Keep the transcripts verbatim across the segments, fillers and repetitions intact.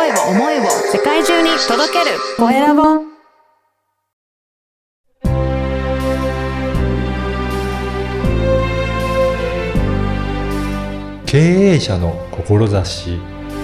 声を思いを世界中に届けるコエラボ。 経営者の志。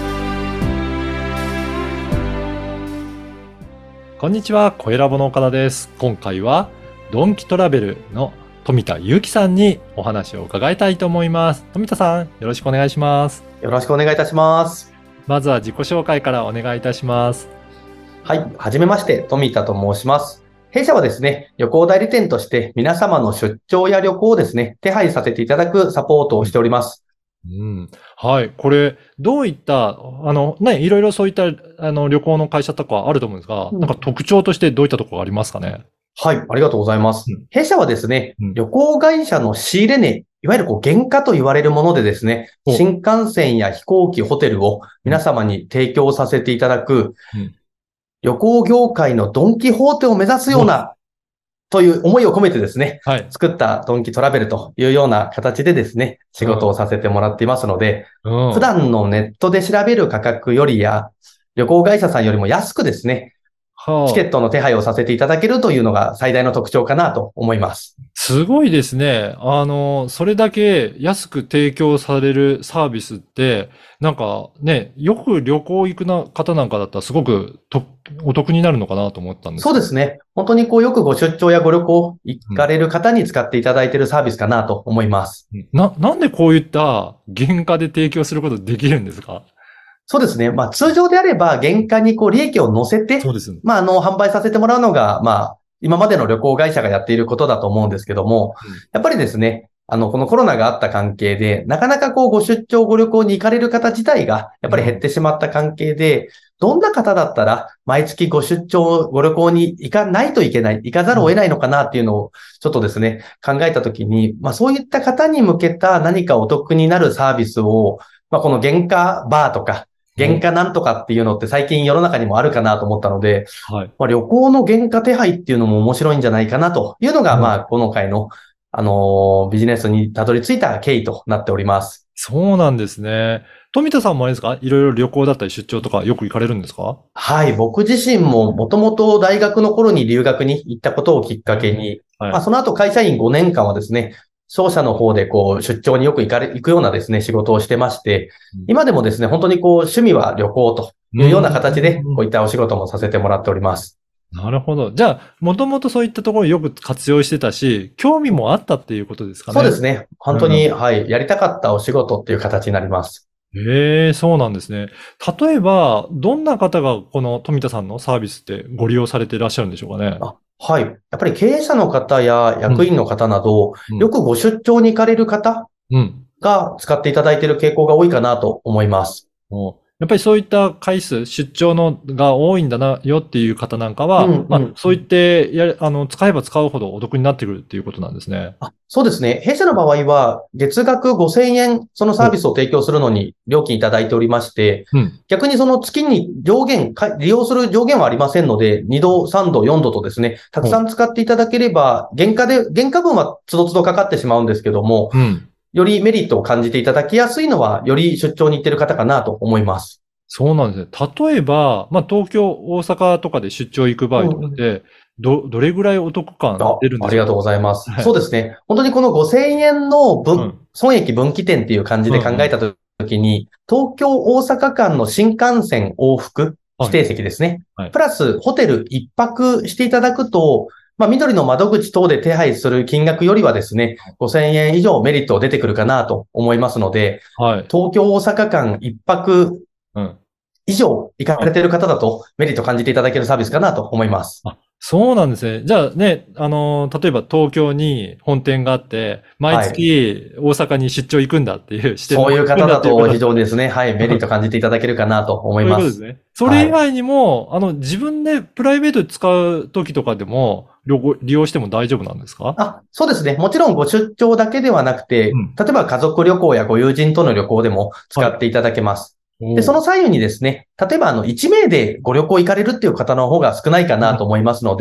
こんにちは、コエラボの岡田です。今回はドンキトラベルの富田祐樹さんにお話を伺いたいと思います。富田さん、よろしくお願いします。 よろしくお願いいたします。 まずは自己紹介からお願いいたします。 はい、はじめまして、富田と申します。弊社はですね、旅行代理店として皆様の出張や旅行をですね、手配させていただくサポートをしております。 うん、はい。これ、どういった、あの、ね、いろいろそういった、あの、旅行の会社とかあると思うんですが、うん、なんか特徴としてどういったところがありますかね？ はい、ありがとうございます。うん、弊社はですね、うん、旅行会社の仕入れ値、いわゆるこう原価と言われるものでですね、新幹線や飛行機、ホテルを皆様に提供させていただく、うん、旅行業界のドンキホーテを目指すような、という思いを込めてですね、はい、作ったドンキトラベルというような形でですね、仕事をさせてもらっていますので、うん、普段のネットで調べる価格よりや、旅行会社さんよりも安くですね、はあ、チケットの手配をさせていただけるというのが最大の特徴かなと思います。 すごいですね。あの、それだけ安く提供されるサービスって、なんかね、よく旅行行くな方なんかだったらすごくとお得になるのかなと思ったんです。 そうですね。本当にこうよくご出張やご旅行行かれる方に使っていただいているサービスかなと思います。 うん、な、なんでこういった原価で提供することできるんですか？ そうですね。まあ通常であれば原価にこう利益を乗せて、そうですね。まああの販売させてもらうのが、まあ今までの旅行会社がやっていることだと思うんですけども、うん、やっぱりですね、あのこのコロナがあった関係で、なかなかこうご出張ご旅行に行かれる方自体がやっぱり減ってしまった関係で、うん、どんな方だったら毎月ご出張ご旅行に行かないといけない、行かざるを得ないのかなっていうのをちょっとですね、考えたときに、まあそういった方に向けた何かお得になるサービスを、まあこの原価バーとか、原価なんとかっていうのって最近世の中にもあるかなと思ったので、はい、まあ、旅行の原価手配っていうのも面白いんじゃないかなというのが、うん、まあ今回の、あのー、ビジネスにたどり着いた経緯となっております。 そうなんですね。富田さんもあれですか？いろいろ旅行だったり出張とかよく行かれるんですか？ はい、僕自身ももともと大学の頃に留学に行ったことをきっかけに、はい、まあその後会社員ごねんかんはですね、商社の方でこう出張によく行かれ、行くようなですね、仕事をしてまして、今でもですね、本当にこう趣味は旅行というような形でこういったお仕事もさせてもらっております。 なるほど。じゃあ、もともとそういったところをよく活用してたし、興味もあったっていうことですかね。 そうですね。本当に、うん、はい、やりたかったお仕事っていう形になります。 へえ、そうなんですね。例えば、どんな方がこの富田さんのサービスってご利用されていらっしゃるんでしょうかね。 あはい。やっぱり経営者の方や役員の方など、うん、よくご出張に行かれる方が使っていただいている傾向が多いかなと思います。 うんやっぱりそういった回数、出張のが多いんだなよっていう方なんかは、うんうん、まあ、そう言ってや、あの、使えば使うほどお得になってくるっていうことなんですね。 あ、そうですね。弊社の場合は、月額ごせんえん、そのサービスを提供するのに料金いただいておりまして、うん、逆にその月に上限、利用する上限はありませんので、にど、さんど、よんどとですね、たくさん使っていただければ、原価で、原価分はつどつどかかってしまうんですけども、うんよりメリットを感じていただきやすいのは、より出張に行っている方かなと思います。 そうなんですね。例えば、まあ、東京、大阪とかで出張行く場合とかで、うん、ど、どれぐらいお得感出るんですか？ あ, ありがとうございます、はい。そうですね。本当にこのごせんえんの分、うん、損益分岐点っていう感じで考えたときに、うんうん、東京、大阪間の新幹線往復指定席ですね。はいはい、プラス、ホテル一泊していただくと、まあ、緑の窓口等で手配する金額よりはですね、ごせんえん以上メリット出てくるかなと思いますので、はい、東京、大阪間一泊以上行かれている方だとメリット感じていただけるサービスかなと思います。 あ、そうなんですね。じゃあね、あの、例えば東京に本店があって、毎月大阪に出張行くんだっていう視点、 はい、そういう方だと非常にですね、はい、メリット感じていただけるかなと思います。 そういうことですね。それ以外にも、はい、あの、自分でプライベートで使う時とかでも、利用しても大丈夫なんですか？ あ、そうですね。もちろんご出張だけではなくて、うん、例えば家族旅行やご友人との旅行でも使っていただけます。はい、で、その際にですね、例えばあのいち名でご旅行行かれるっていう方の方が少ないかなと思いますので、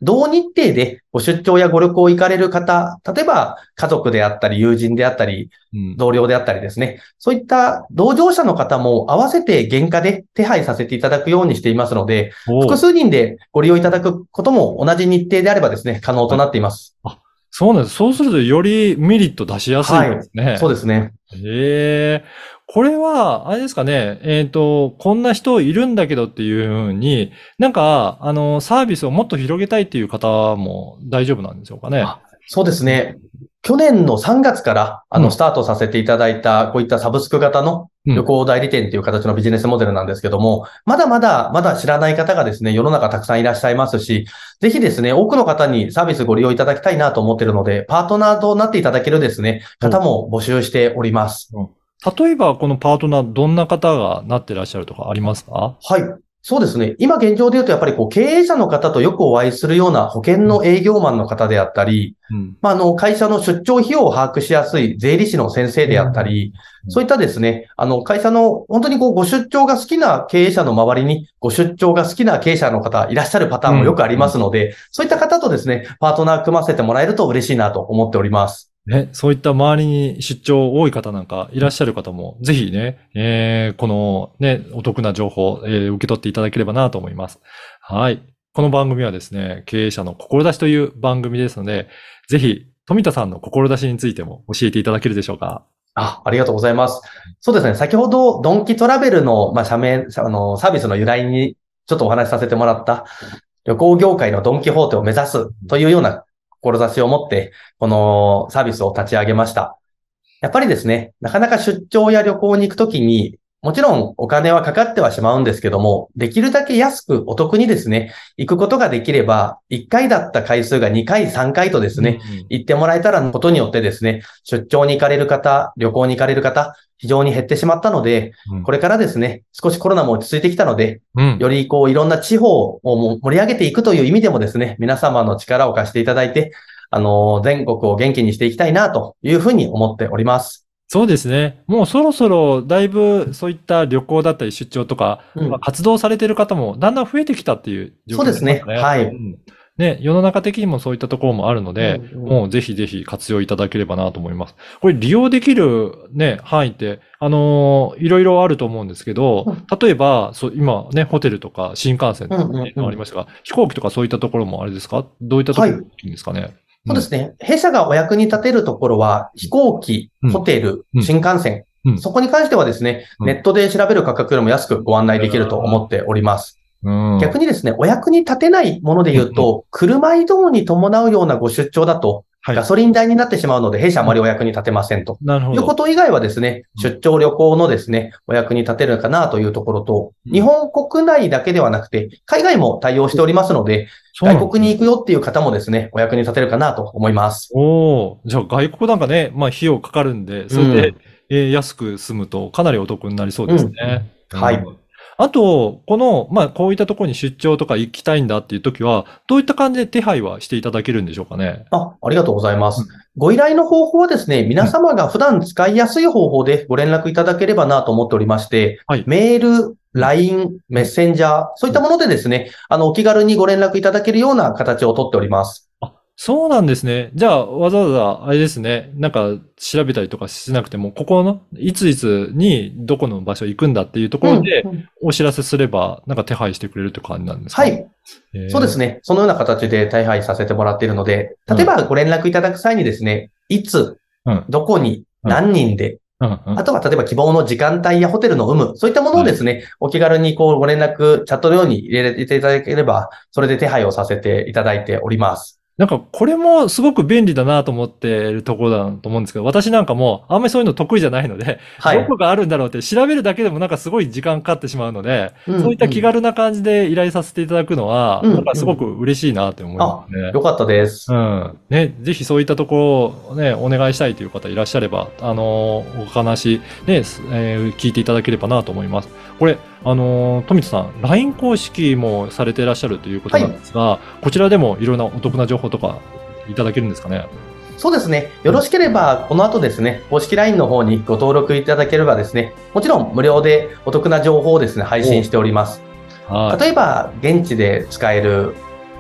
同日程でご出張やご旅行行かれる方、例えば家族であったり、友人であったり、同僚であったりですね、そういった同乗者の方も合わせて原価で手配させていただくようにしていますので、複数人でご利用いただくことも同じ日程であればですね、可能となっています。 あ、そうなんです。そうするとよりメリット出しやすいですね。 はい、そうですね。 へえ。これは、あれですかね、えっと、こんな人いるんだけどっていうふうに、なんか、あの、サービスをもっと広げたいっていう方も大丈夫なんでしょうかね。 そうですね。去年のさんがつから、あの、スタートさせていただいた、こういったサブスク型の旅行代理店という形のビジネスモデルなんですけども、まだまだ、まだ知らない方がですね、世の中たくさんいらっしゃいますし、ぜひですね、多くの方にサービスご利用いただきたいなと思っているので、パートナーとなっていただけるですね、方も募集しております。 うん例えば、このパートナー、どんな方がなってらっしゃるとかありますか？ はい。そうですね。今現状で言うと、やっぱりこう、経営者の方とよくお会いするような保険の営業マンの方であったり、うん、まあ、あの、会社の出張費用を把握しやすい税理士の先生であったり、うん、そういったですね、あの、会社の本当にこう、ご出張が好きな経営者の周りに、ご出張が好きな経営者の方いらっしゃるパターンもよくありますので、うん、そういった方とですね、パートナー組ませてもらえると嬉しいなと思っております。 ね、そういった周りに出張多い方なんかいらっしゃる方も、ぜひね、えー、このね、お得な情報、えー、受け取っていただければなと思います。はい。この番組はですね、経営者の志という番組ですので、ぜひ、富田さんの志についても教えていただけるでしょうか？ あ、ありがとうございます。そうですね、先ほど、ドンキトラベルの、まあ、社名、あの、サービスの由来にちょっとお話しさせてもらった、旅行業界のドンキホーテを目指すというような志を持って、このサービスを立ち上げました。やっぱりですね、なかなか出張や旅行に行くときに、もちろんお金はかかってはしまうんですけども、できるだけ安くお得にですね、行くことができれば、いっかいだった回数がにかい、さんかいとですね、うんうん、行ってもらえたらことによってですね、出張に行かれる方、旅行に行かれる方、非常に減ってしまったので、うん、これからですね、少しコロナも落ち着いてきたので、うん、よりこういろんな地方を盛り上げていくという意味でもですね、皆様の力を貸していただいて、あの、全国を元気にしていきたいなというふうに思っております。 そうですね。もうそろそろだいぶそういった旅行だったり出張とか、うんまあ、活動されている方もだんだん増えてきたっていう状況ですね。 そうですね。はい。 うんね、世の中的にもそういったところもあるので、うんうん、もうぜひぜひ活用いただければなと思います。これ利用できるね、範囲って、あのー、いろいろあると思うんですけど、うん、例えば、そう、今ね、ホテルとか新幹線とか、ねうんうんうん、ありましたが、飛行機とかそういったところもあれですか？どういったところがいいんですかね？はいそうですね。弊社がお役に立てるところは、飛行機、ホテル、うん、新幹線、うん、そこに関してはですね、うん、ネットで調べる価格よりも安くご案内できると思っております。うん、逆にですね、お役に立てないもので言うと、うん、車移動に伴うようなご出張だと、ガソリン代になってしまうので、弊社あまりお役に立てませんと。なるほど。いうこと以外はですね、出張旅行のですね、お役に立てるかなというところと、日本国内だけではなくて、海外も対応しておりますので、外国に行くよっていう方もですね、お役に立てるかなと思います。 おー、じゃあ外国なんかね、まあ費用かかるんで、それで、うんえー、安く済むとかなりお得になりそうですね。 うん、はい。 うんあと、この、まあ、こういったところに出張とか行きたいんだっていう時は、どういった感じで手配はしていただけるんでしょうかね？ あ、ありがとうございます。うん、ご依頼の方法はですね、皆様が普段使いやすい方法でご連絡いただければなと思っておりまして、はい、メール、ライン、メッセンジャー、そういったものでですね、あの、お気軽にご連絡いただけるような形をとっております。 あそうなんですね。じゃあ、わざわざ、あれですね、なんか調べたりとかしなくても、ここの、いついつにどこの場所行くんだっていうところで、お知らせすれば、なんか手配してくれるって感じなんですか？ はい。そうですね。そのような形で手配させてもらっているので、例えばご連絡いただく際にですね、いつ、うん、どこに、何人で、うんうん、あとは例えば希望の時間帯やホテルの有無、そういったものをですね、はい、お気軽にこうご連絡、チャットのように入れていただければ、それで手配をさせていただいております。 なんかこれもすごく便利だなと思っているところだと思うんですけど、私なんかもあんまりそういうの得意じゃないので、はい、どこがあるんだろうって調べるだけでもなんかすごい時間かかってしまうので、うんうん、そういった気軽な感じで依頼させていただくのは、うんうん、なんかすごく嬉しいなって思いますね。 あ、よかったです。 うん。ね、ぜひそういったところをね、お願いしたいという方いらっしゃれば、あの、お話ね、えー、聞いていただければなと思います。これ、あの、富田さん、ライン 公式もされていらっしゃるということなんですが、はい、こちらでもいろんなお得な情報とかいただけるんですかね？ そうですね。よろしければ、この後ですね、公式 ライン の方にご登録いただければですね、もちろん無料でお得な情報をですね、配信しております。はい、例えば、現地で使える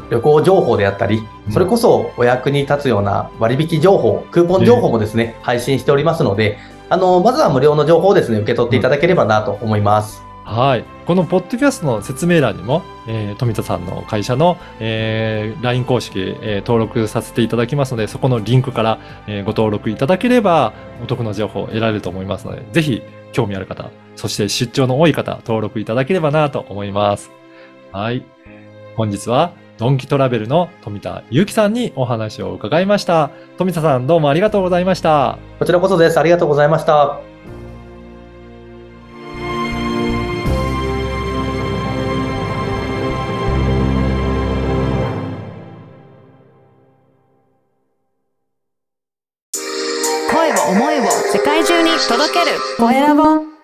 旅行情報であったり、それこそお役に立つような割引情報、クーポン情報もですね、配信しておりますので、あの、まずは無料の情報をですね、受け取っていただければなと思います。 はい。このポッドキャストの説明欄にも、えー、富田さんの会社の、えー、ライン 公式、えー、登録させていただきますので、そこのリンクから、えー、ご登録いただければ、お得な情報を得られると思いますので、ぜひ興味ある方、そして出張の多い方、登録いただければなと思います。はい。本日は、ドンキトラベルの富田祐樹さんにお話を伺いました。富田さん、どうもありがとうございました。 こちらこそです。ありがとうございました。 声を思いを世界中に届けるコエラボ。